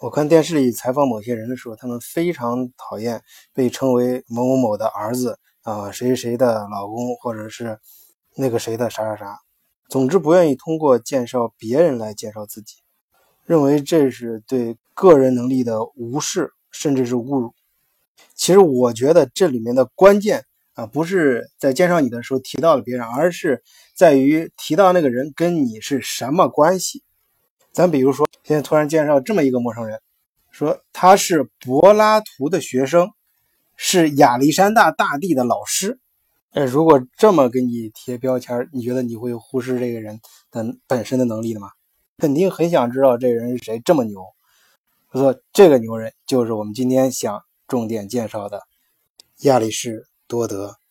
我看电视里采访某些人的时候，他们非常讨厌被称为某某某的儿子谁谁的老公，或者是那个谁的啥啥啥，总之不愿意通过介绍别人来介绍自己，认为这是对个人能力的无视，甚至是侮辱。其实我觉得这里面的关键不是在介绍你的时候提到了别人，而是在于提到那个人跟你是什么关系。咱比如说现在突然介绍这么一个陌生人，说他是柏拉图的学生，是亚历山大大帝的老师。如果这么给你贴标签，你觉得你会忽视这个人的本身的能力的吗？肯定很想知道这个人是谁，这么牛。说这个牛人就是我们今天想重点介绍的亚里士多德。